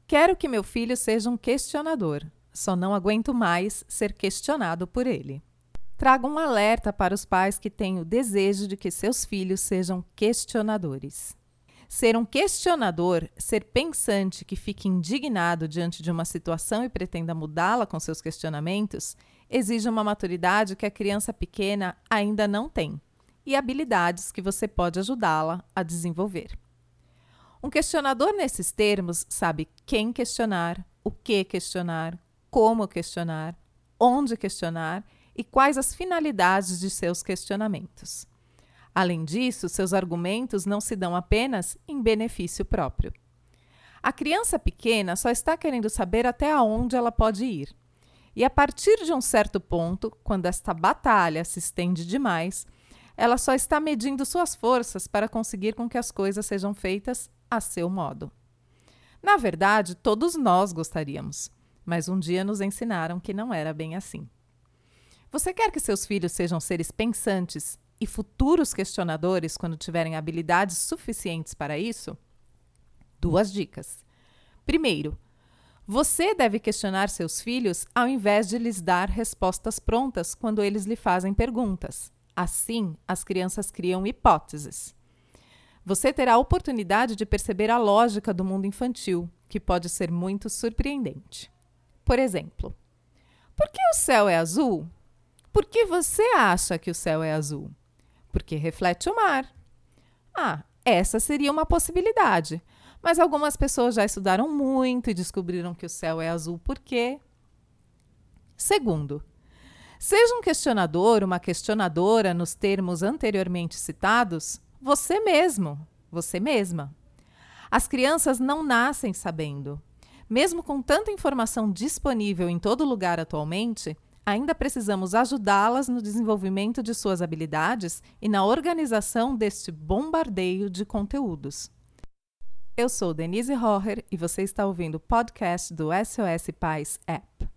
Quero que meu filho seja um questionador. Só não aguento mais ser questionado por ele. Trago um alerta para os pais que têm o desejo de que seus filhos sejam questionadores. Ser um questionador, ser pensante que fique indignado diante de uma situação e pretenda mudá-la com seus questionamentos, exige uma maturidade que a criança pequena ainda não tem e habilidades que você pode ajudá-la a desenvolver. Um questionador nesses termos sabe quem questionar, o que questionar, como questionar, onde questionar e quais as finalidades de seus questionamentos. Além disso, seus argumentos não se dão apenas em benefício próprio. A criança pequena só está querendo saber até onde ela pode ir. E a partir de um certo ponto, quando esta batalha se estende demais, ela só está medindo suas forças para conseguir com que as coisas sejam feitas a seu modo. Na verdade, todos nós gostaríamos, mas um dia nos ensinaram que não era bem assim. Você quer que seus filhos sejam seres pensantes e futuros questionadores quando tiverem habilidades suficientes para isso? 2 dicas. Primeiro, você deve questionar seus filhos ao invés de lhes dar respostas prontas quando eles lhe fazem perguntas. Assim, as crianças criam hipóteses. Você terá a oportunidade de perceber a lógica do mundo infantil, que pode ser muito surpreendente. Por exemplo, por que o céu é azul? Por que você acha que o céu é azul? Porque reflete o mar. Essa seria uma possibilidade. Mas algumas pessoas já estudaram muito e descobriram que o céu é azul por quê? Segundo, seja um questionador, uma questionadora nos termos anteriormente citados, você mesmo, você mesma. As crianças não nascem sabendo. Mesmo com tanta informação disponível em todo lugar atualmente, ainda precisamos ajudá-las no desenvolvimento de suas habilidades e na organização deste bombardeio de conteúdos. Eu sou Denise Roher e você está ouvindo o podcast do SOS Pais App.